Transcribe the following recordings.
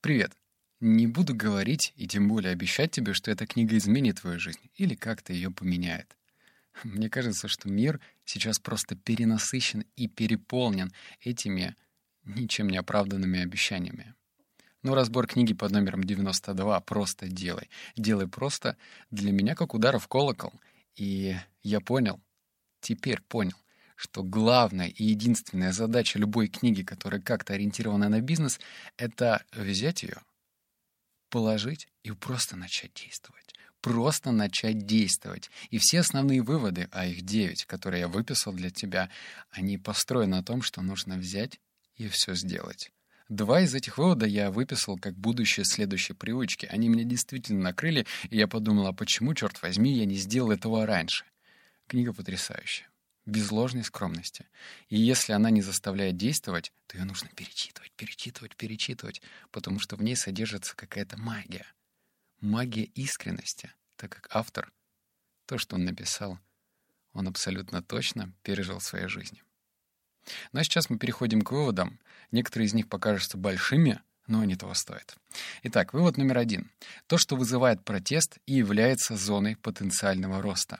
Привет. Не буду говорить и тем более обещать тебе, что эта книга изменит твою жизнь или как-то ее поменяет. Мне кажется, что мир сейчас просто перенасыщен и переполнен этими ничем не оправданными обещаниями. Но разбор книги под номером 92 «Просто делай». «Делай просто» для меня как удар в колокол. И я понял, теперь понял, что главная и единственная задача любой книги, которая как-то ориентирована на бизнес, это взять ее, положить и просто начать действовать. Просто начать действовать. И все основные выводы, а их 9, которые я выписал для тебя, они построены на том, что нужно взять и все сделать. 2 из этих вывода я выписал как будущие следующие привычки. Они меня действительно накрыли, и я подумал, а почему, черт возьми, я не сделал этого раньше? Книга потрясающая, без ложной скромности. И если она не заставляет действовать, то ее нужно перечитывать, потому что в ней содержится какая-то магия. Магия искренности, так как автор, то, что он написал, он абсолютно точно пережил в своей жизни. Ну а сейчас мы переходим к выводам. Некоторые из них покажутся большими, но они того стоят. Итак, вывод номер 1. То, что вызывает протест и является зоной потенциального роста.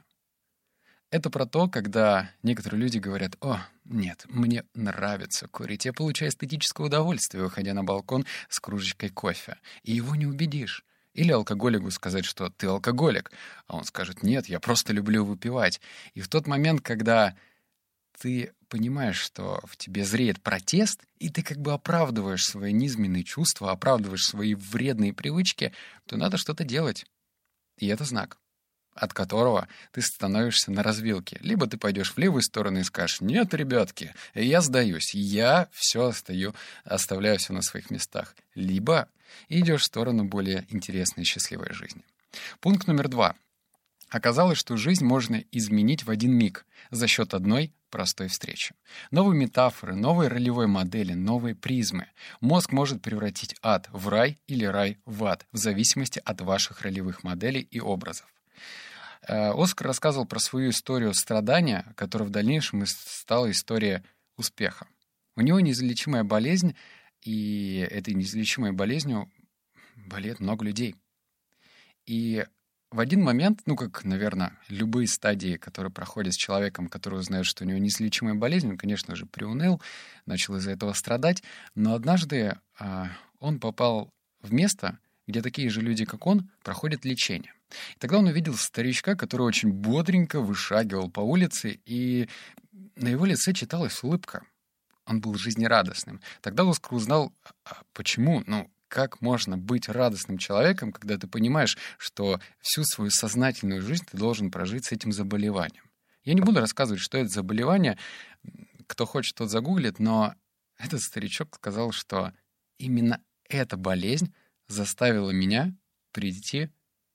Это про то, когда некоторые люди говорят: «О, нет, мне нравится курить, я получаю эстетическое удовольствие, выходя на балкон с кружечкой кофе». И его не убедишь. Или алкоголику сказать, что ты алкоголик, а он скажет: «Нет, я просто люблю выпивать». И в тот момент, когда ты понимаешь, что в тебе зреет протест, и ты как бы оправдываешь свои низменные чувства, оправдываешь свои вредные привычки, то надо что-то делать. И это знак, от которого ты становишься на развилке. Либо ты пойдешь в левую сторону и скажешь: «Нет, ребятки, я сдаюсь, я все оставляю все на своих местах». Либо идешь в сторону более интересной и счастливой жизни. Пункт номер 2. Оказалось, что жизнь можно изменить в один миг за счет одной простой встречи. Новые метафоры, новые ролевые модели, новые призмы. Мозг может превратить ад в рай или рай в ад, в зависимости от ваших ролевых моделей и образов. Оскар рассказывал про свою историю страдания, которая в дальнейшем стала историей успеха. У него неизлечимая болезнь, и этой неизлечимой болезнью болеет много людей. И в один момент, как, наверное, любые стадии, которые проходят с человеком, который узнает, что у него неизлечимая болезнь, он, конечно же, приуныл, начал из-за этого страдать, но однажды он попал в место, где такие же люди, как он, проходят лечение. И тогда он увидел старичка, который очень бодренько вышагивал по улице, и на его лице читалась улыбка. Он был жизнерадостным. Тогда Оскар узнал, почему, как можно быть радостным человеком, когда ты понимаешь, что всю свою сознательную жизнь ты должен прожить с этим заболеванием. Я не буду рассказывать, что это заболевание. Кто хочет, тот загуглит, но этот старичок сказал, что именно эта болезнь заставила меня прийти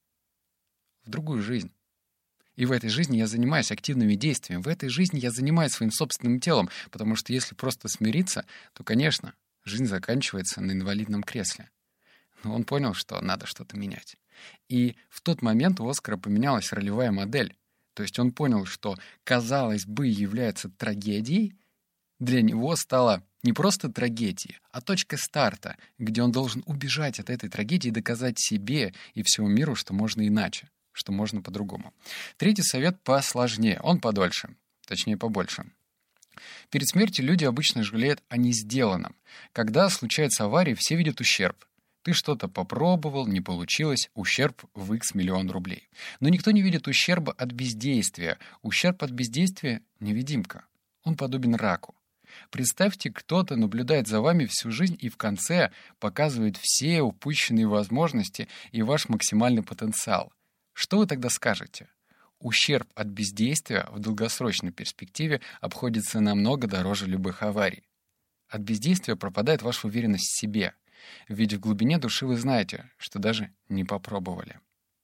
в другую жизнь. И в этой жизни я занимаюсь активными действиями. В этой жизни я занимаюсь своим собственным телом, потому что если просто смириться, то, конечно, жизнь заканчивается на инвалидном кресле. Но он понял, что надо что-то менять. И в тот момент у Оскара поменялась ролевая модель. То есть он понял, что, казалось бы, является трагедией, для него стала не просто трагедией, а точкой старта, где он должен убежать от этой трагедии и доказать себе и всему миру, что можно иначе, что можно по-другому. 3-й совет посложнее, он подольше, точнее побольше. Перед смертью люди обычно жалеют о несделанном. Когда случается авария, все видят ущерб. Ты что-то попробовал, не получилось, ущерб в X миллион рублей. Но никто не видит ущерба от бездействия. Ущерб от бездействия — невидимка. Он подобен раку. Представьте, кто-то наблюдает за вами всю жизнь и в конце показывает все упущенные возможности и ваш максимальный потенциал. Что вы тогда скажете? Ущерб от бездействия в долгосрочной перспективе обходится намного дороже любых аварий. От бездействия пропадает ваша уверенность в себе, ведь в глубине души вы знаете, что даже не попробовали.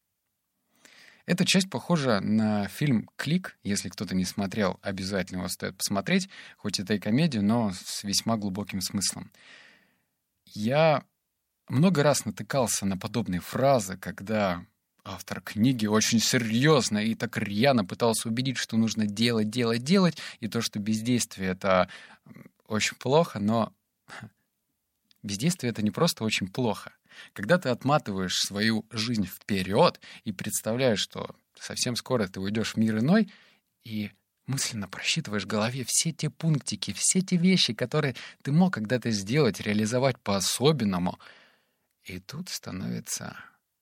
Эта часть похожа на фильм «Клик». Если кто-то не смотрел, обязательно его стоит посмотреть. Хоть это и комедия, но с весьма глубоким смыслом. Я много раз натыкался на подобные фразы, когда автор книги очень серьезно и так рьяно пытался убедить, что нужно делать, и то, что бездействие — это очень плохо, но бездействие — это не просто очень плохо. Когда ты отматываешь свою жизнь вперед и представляешь, что совсем скоро ты уйдешь в мир иной, и мысленно просчитываешь в голове все те пунктики, все те вещи, которые ты мог когда-то сделать, реализовать по-особенному, и тут становится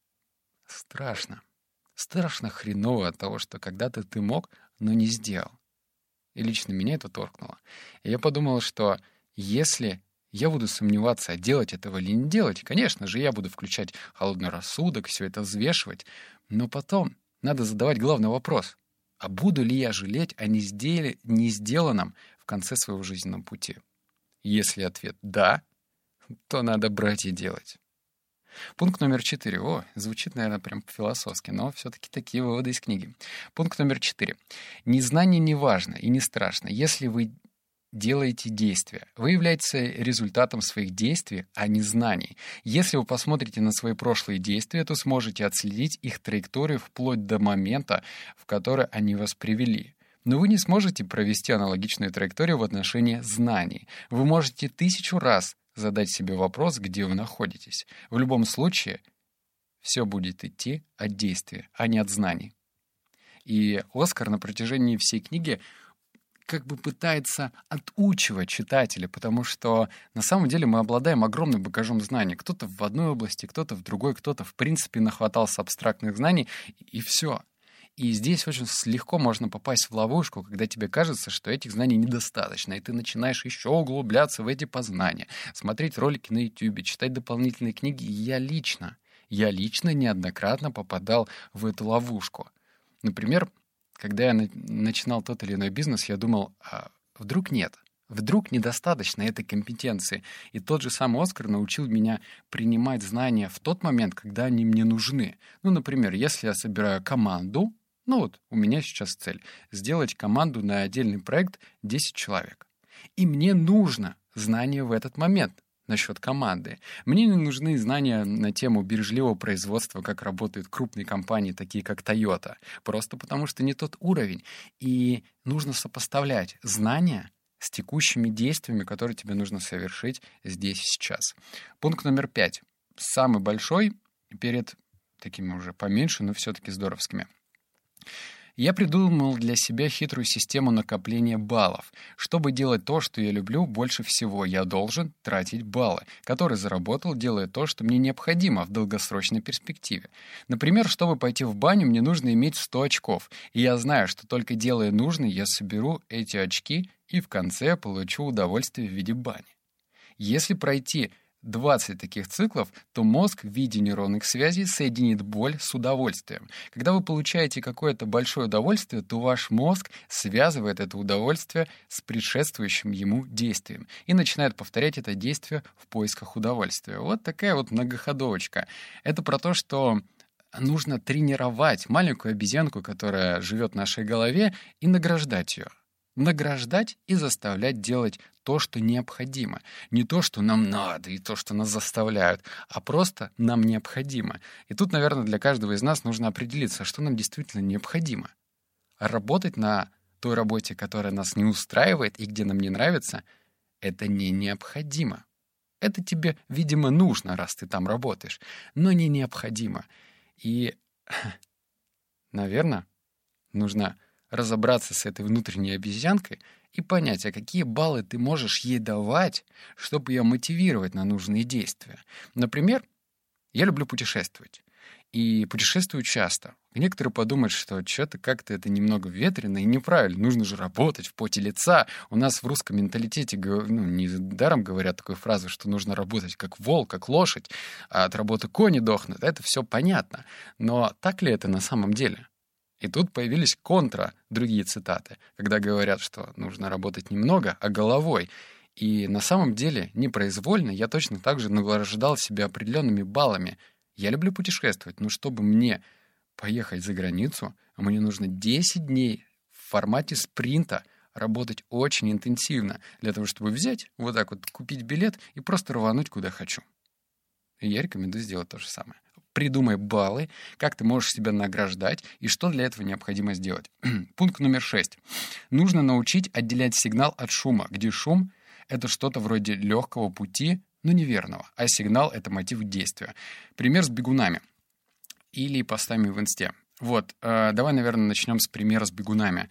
страшно. Страшно хреново от того, что когда-то ты мог, но не сделал. И лично меня это торкнуло. И я подумал, что если я буду сомневаться, а делать этого или не делать, конечно же, я буду включать холодный рассудок, все это взвешивать, но потом надо задавать главный вопрос. А буду ли я жалеть о не сделанном в конце своего жизненного пути? Если ответ «да», то надо брать и делать. Пункт номер 4. О, звучит, наверное, прям по-философски, но все-таки такие выводы из книги. Пункт номер 4. Незнание не важно и не страшно, если вы делаете действия. Вы являетесь результатом своих действий, а не знаний. Если вы посмотрите на свои прошлые действия, то сможете отследить их траекторию вплоть до момента, в который они вас привели. Но вы не сможете провести аналогичную траекторию в отношении знаний. Вы можете 1000 раз задать себе вопрос, где вы находитесь. В любом случае, все будет идти от действия, а не от знаний. И Оскар на протяжении всей книги как бы пытается отучивать читателя, потому что на самом деле мы обладаем огромным багажом знаний. Кто-то в одной области, кто-то в другой, кто-то в принципе нахватался абстрактных знаний, и все. И здесь очень легко можно попасть в ловушку, когда тебе кажется, что этих знаний недостаточно, и ты начинаешь еще углубляться в эти познания, смотреть ролики на YouTube, читать дополнительные книги. И я лично неоднократно попадал в эту ловушку. Например, когда я начинал тот или иной бизнес, я думал, а вдруг нет? Вдруг недостаточно этой компетенции? И тот же самый Оскар научил меня принимать знания в тот момент, когда они мне нужны. Ну, например, если я собираю команду, у меня сейчас цель — сделать команду на отдельный проект 10 человек. И мне нужно знание в этот момент насчет команды. Мне не нужны знания на тему бережливого производства, как работают крупные компании, такие как Toyota, просто потому что не тот уровень. И нужно сопоставлять знания с текущими действиями, которые тебе нужно совершить здесь и сейчас. Пункт номер 5. Самый большой, перед такими уже поменьше, но все-таки здоровскими. Я придумал для себя хитрую систему накопления баллов. Чтобы делать то, что я люблю больше всего, я должен тратить баллы, которые заработал, делая то, что мне необходимо в долгосрочной перспективе. Например, чтобы пойти в баню, мне нужно иметь 100 очков. И я знаю, что только делая нужное, я соберу эти очки и в конце получу удовольствие в виде бани. Если пройти 20 таких циклов, то мозг в виде нейронных связей соединит боль с удовольствием. Когда вы получаете какое-то большое удовольствие, то ваш мозг связывает это удовольствие с предшествующим ему действием и начинает повторять это действие в поисках удовольствия. Вот такая вот многоходовочка. Это про то, что нужно тренировать маленькую обезьянку, которая живет в нашей голове, и награждать ее. Награждать и заставлять делать то, что необходимо. Не то, что нам надо, и то, что нас заставляют, а просто нам необходимо. И тут, наверное, для каждого из нас нужно определиться, что нам действительно необходимо. А работать на той работе, которая нас не устраивает и где нам не нравится, это не необходимо. Это тебе, видимо, нужно, раз ты там работаешь, но не необходимо. И, наверное, нужно разобраться с этой внутренней обезьянкой и понять, а какие баллы ты можешь ей давать, чтобы ее мотивировать на нужные действия. Например, я люблю путешествовать. И путешествую часто. Некоторые подумают, что что-то как-то это немного ветрено и неправильно. Нужно же работать в поте лица. У нас в русском менталитете недаром говорят такую фразу, что нужно работать как волк, как лошадь, а от работы кони дохнут. Это все понятно. Но так ли это на самом деле? И тут появились другие цитаты, когда говорят, что нужно работать немного, а головой. И на самом деле, непроизвольно, я точно так же награждал себя определенными баллами. Я люблю путешествовать, но чтобы мне поехать за границу, мне нужно 10 дней в формате спринта работать очень интенсивно для того, чтобы взять, вот так вот купить билет и просто рвануть куда хочу. И я рекомендую сделать то же самое. Придумай баллы, как ты можешь себя награждать и что для этого необходимо сделать. Пункт номер 6. Нужно научить отделять сигнал от шума, где шум — это что-то вроде легкого пути, но неверного, а сигнал — это мотив действия. Пример с бегунами или постами в инсте. Вот, давай, наверное, начнем с примера с бегунами.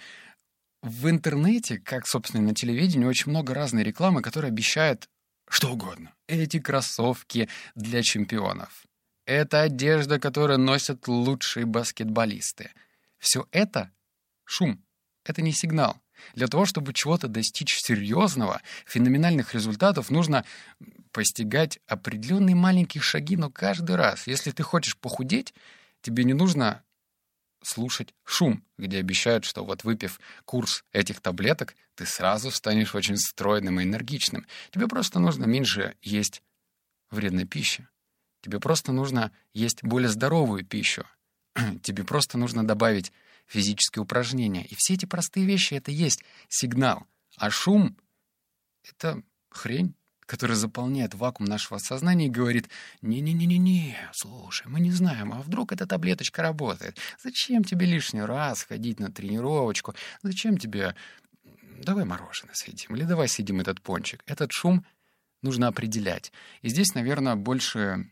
В интернете, как, собственно, и на телевидении, очень много разной рекламы, которая обещает что угодно. Эти кроссовки для чемпионов. Это одежда, которую носят лучшие баскетболисты. Все это шум. Это не сигнал. Для того, чтобы чего-то достичь серьезного, феноменальных результатов, нужно постигать определенные маленькие шаги, но каждый раз. Если ты хочешь похудеть, тебе не нужно слушать шум, где обещают, что вот выпив курс этих таблеток, ты сразу станешь очень стройным и энергичным. Тебе просто нужно меньше есть вредной пищи. Тебе просто нужно есть более здоровую пищу. Тебе просто нужно добавить физические упражнения. И все эти простые вещи — это есть сигнал. А шум — это хрень, которая заполняет вакуум нашего сознания и говорит: «Не-не-не-не-не, слушай, мы не знаем, а вдруг эта таблеточка работает? Зачем тебе лишний раз ходить на тренировочку? Зачем тебе... Давай мороженое съедим, или давай съедим этот пончик». Этот шум нужно определять. И здесь, наверное, больше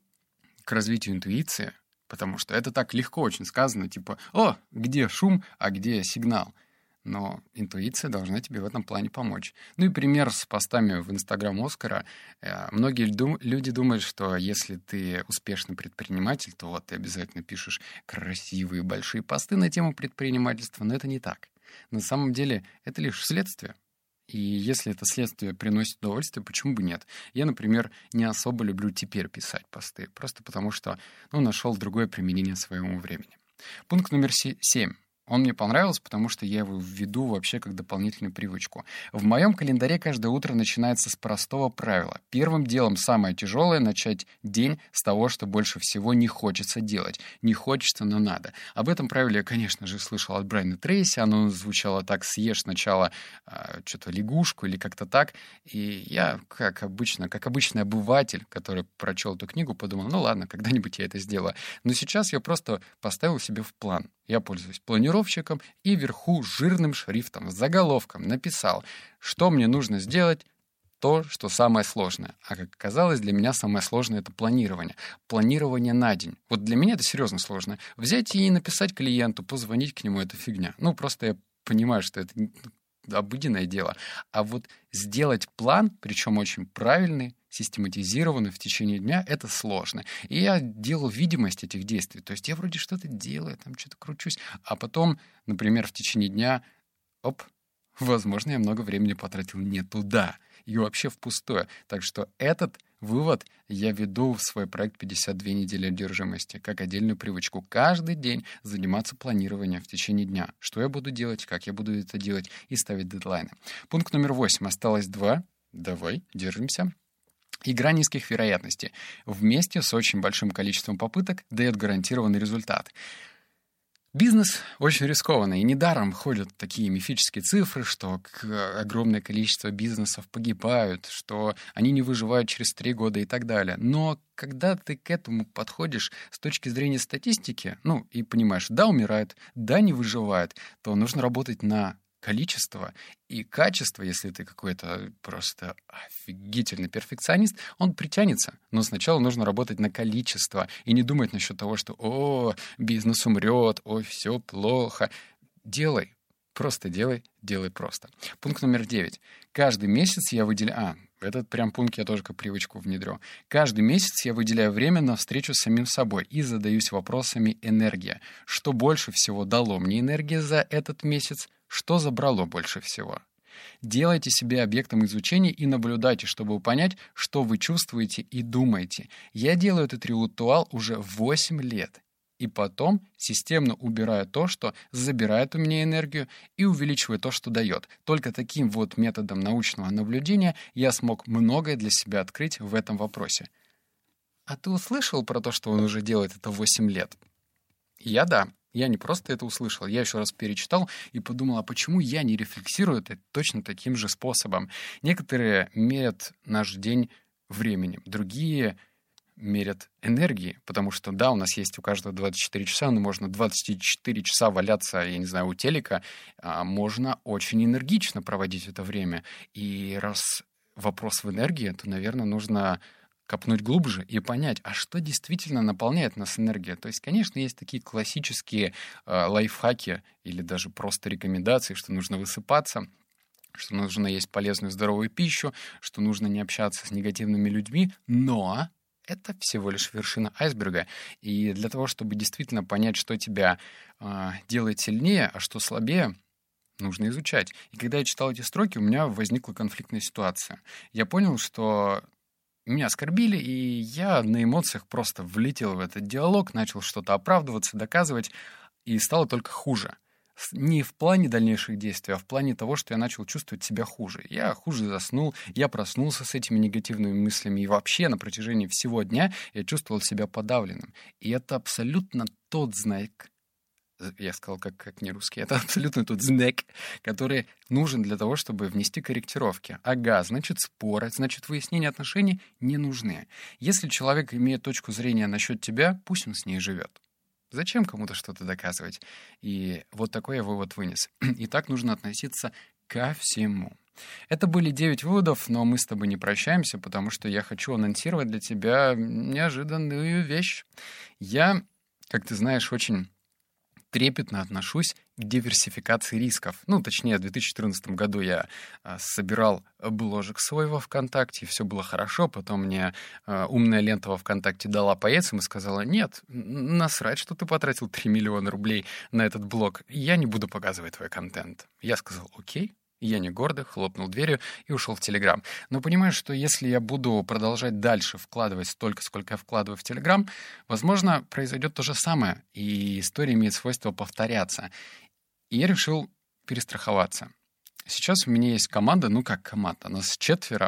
к развитию интуиции, потому что это так легко очень сказано, типа: «О, где шум, а где сигнал?» Но интуиция должна тебе в этом плане помочь. Ну и пример с постами в Инстаграм Оскара. Многие люди думают, что если ты успешный предприниматель, то вот ты обязательно пишешь красивые большие посты на тему предпринимательства, но это не так. На самом деле это лишь следствие. И если это следствие приносит удовольствие, почему бы нет? Я, например, не особо люблю теперь писать посты, просто потому что нашел другое применение своему времени. Пункт номер 7. Он мне понравился, потому что я его введу вообще как дополнительную привычку. В моем календаре каждое утро начинается с простого правила. Первым делом самое тяжелое — начать день с того, что больше всего не хочется делать. Не хочется, но надо. Об этом правиле я, конечно же, слышал от Брайана Трейси. Оно звучало так: съешь сначала что-то лягушку или как-то так. И я, как обычный обыватель, который прочел эту книгу, подумал: ну ладно, когда-нибудь я это сделаю. Но сейчас я просто поставил себе в план. Я пользуюсь планировщиком и вверху жирным шрифтом, с заголовком написал, что мне нужно сделать, то, что самое сложное. А как оказалось, для меня самое сложное — это планирование. Планирование на день. Вот для меня это серьезно сложно. Взять и написать клиенту, позвонить к нему — это фигня. Просто я понимаю, что это обыденное дело. А вот сделать план, причем очень правильный, систематизированный в течение дня, это сложно. И я делал видимость этих действий. То есть я вроде что-то делаю, там что-то кручусь, а потом, например, в течение дня, возможно, я много времени потратил не туда и вообще впустую. Так что этот вывод я веду в свой проект «52 недели одержимости» как отдельную привычку. Каждый день заниматься планированием в течение дня. Что я буду делать, как я буду это делать, и ставить дедлайны. Пункт номер 8. Осталось 2. Давай, держимся. Игра низких вероятностей вместе с очень большим количеством попыток дает гарантированный результат. Бизнес очень рискованный, и недаром ходят такие мифические цифры, что огромное количество бизнесов погибают, что они не выживают через 3 года и так далее. Но когда ты к этому подходишь с точки зрения статистики, и понимаешь, да, умирают, да, не выживают, то нужно работать на количество и качество. Если ты какой-то просто офигительный перфекционист, он притянется. Но сначала нужно работать на количество и не думать насчет того, что бизнес умрет, все плохо. Делай. Просто делай просто. Пункт номер 9. Каждый месяц я выделяю... Этот прям пункт я тоже как привычку внедрю. Каждый месяц я выделяю время на встречу с самим собой и задаюсь вопросами: энергия. Что больше всего дало мне энергии за этот месяц? Что забрало больше всего? Делайте себя объектом изучения и наблюдайте, чтобы понять, что вы чувствуете и думаете. Я делаю этот ритуал уже 8 лет. И потом системно убираю то, что забирает у меня энергию, и увеличиваю то, что дает. Только таким вот методом научного наблюдения я смог многое для себя открыть в этом вопросе. А ты услышал про то, что он уже делает это 8 лет? Да. Я не просто это услышал, я еще раз перечитал и подумал, а почему я не рефлексирую это точно таким же способом? Некоторые мерят наш день временем, другие мерят энергией, потому что, да, у нас есть у каждого 24 часа, но можно 24 часа валяться, я не знаю, у телека, можно очень энергично проводить это время. И раз вопрос в энергии, то, наверное, нужно копнуть глубже и понять, а что действительно наполняет нас энергией. То есть, конечно, есть такие классические лайфхаки или даже просто рекомендации, что нужно высыпаться, что нужно есть полезную здоровую пищу, что нужно не общаться с негативными людьми, но это всего лишь вершина айсберга. И для того, чтобы действительно понять, что тебя делает сильнее, а что слабее, нужно изучать. И когда я читал эти строки, у меня возникла конфликтная ситуация. Я понял, что меня оскорбили, и я на эмоциях просто влетел в этот диалог, начал что-то оправдываться, доказывать, и стало только хуже. Не в плане дальнейших действий, а в плане того, что я начал чувствовать себя хуже. Я хуже заснул, я проснулся с этими негативными мыслями, и вообще на протяжении всего дня я чувствовал себя подавленным. И это абсолютно тот знак, я сказал как не русский, это абсолютно тот знак, который нужен для того, чтобы внести корректировки. Ага, значит, споры, значит, выяснение отношений не нужны. Если человек имеет точку зрения насчет тебя, пусть он с ней живет. Зачем кому-то что-то доказывать? И вот такой я вывод вынес. И так нужно относиться ко всему. Это были 9 выводов, но мы с тобой не прощаемся, потому что я хочу анонсировать для тебя неожиданную вещь. Я, как ты знаешь, очень трепетно отношусь к диверсификации рисков. Ну, точнее, в 2014 году я собирал бложек свой во ВКонтакте, и все было хорошо. Потом мне умная лента во ВКонтакте дала по яйцам и сказала: нет, насрать, что ты потратил 3 миллиона рублей на этот блог. Я не буду показывать твой контент. Я сказал: окей. Я не гордо хлопнул дверью и ушел в Телеграм. Но понимаешь, что если я буду продолжать дальше вкладывать столько, сколько я вкладываю в Телеграм, возможно, произойдет то же самое, и история имеет свойство повторяться. И я решил перестраховаться. Сейчас у меня есть команда, ну как команда, нас 4,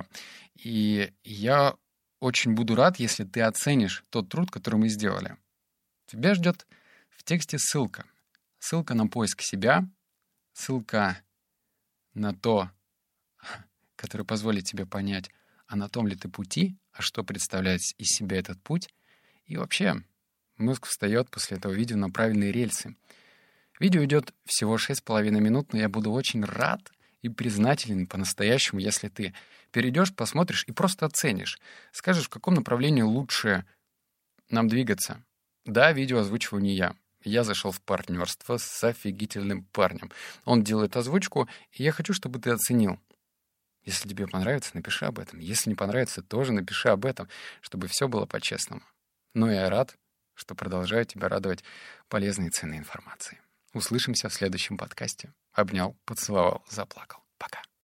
и я очень буду рад, если ты оценишь тот труд, который мы сделали. Тебя ждет в тексте ссылка. Ссылка на поиск себя, ссылка на то, которое позволит тебе понять, а на том ли ты пути, а что представляет из себя этот путь. И вообще, мозг встает после этого видео на правильные рельсы. Видео идет всего 6,5 минут, но я буду очень рад и признателен по-настоящему, если ты перейдешь, посмотришь и просто оценишь. Скажешь, в каком направлении лучше нам двигаться. Да, видео озвучиваю не я. Я зашел в партнерство с офигительным парнем. Он делает озвучку, и я хочу, чтобы ты оценил. Если тебе понравится, напиши об этом. Если не понравится, тоже напиши об этом, чтобы все было по-честному. Но я рад, что продолжаю тебя радовать полезной и ценной информацией. Услышимся в следующем подкасте. Обнял, поцеловал, заплакал. Пока.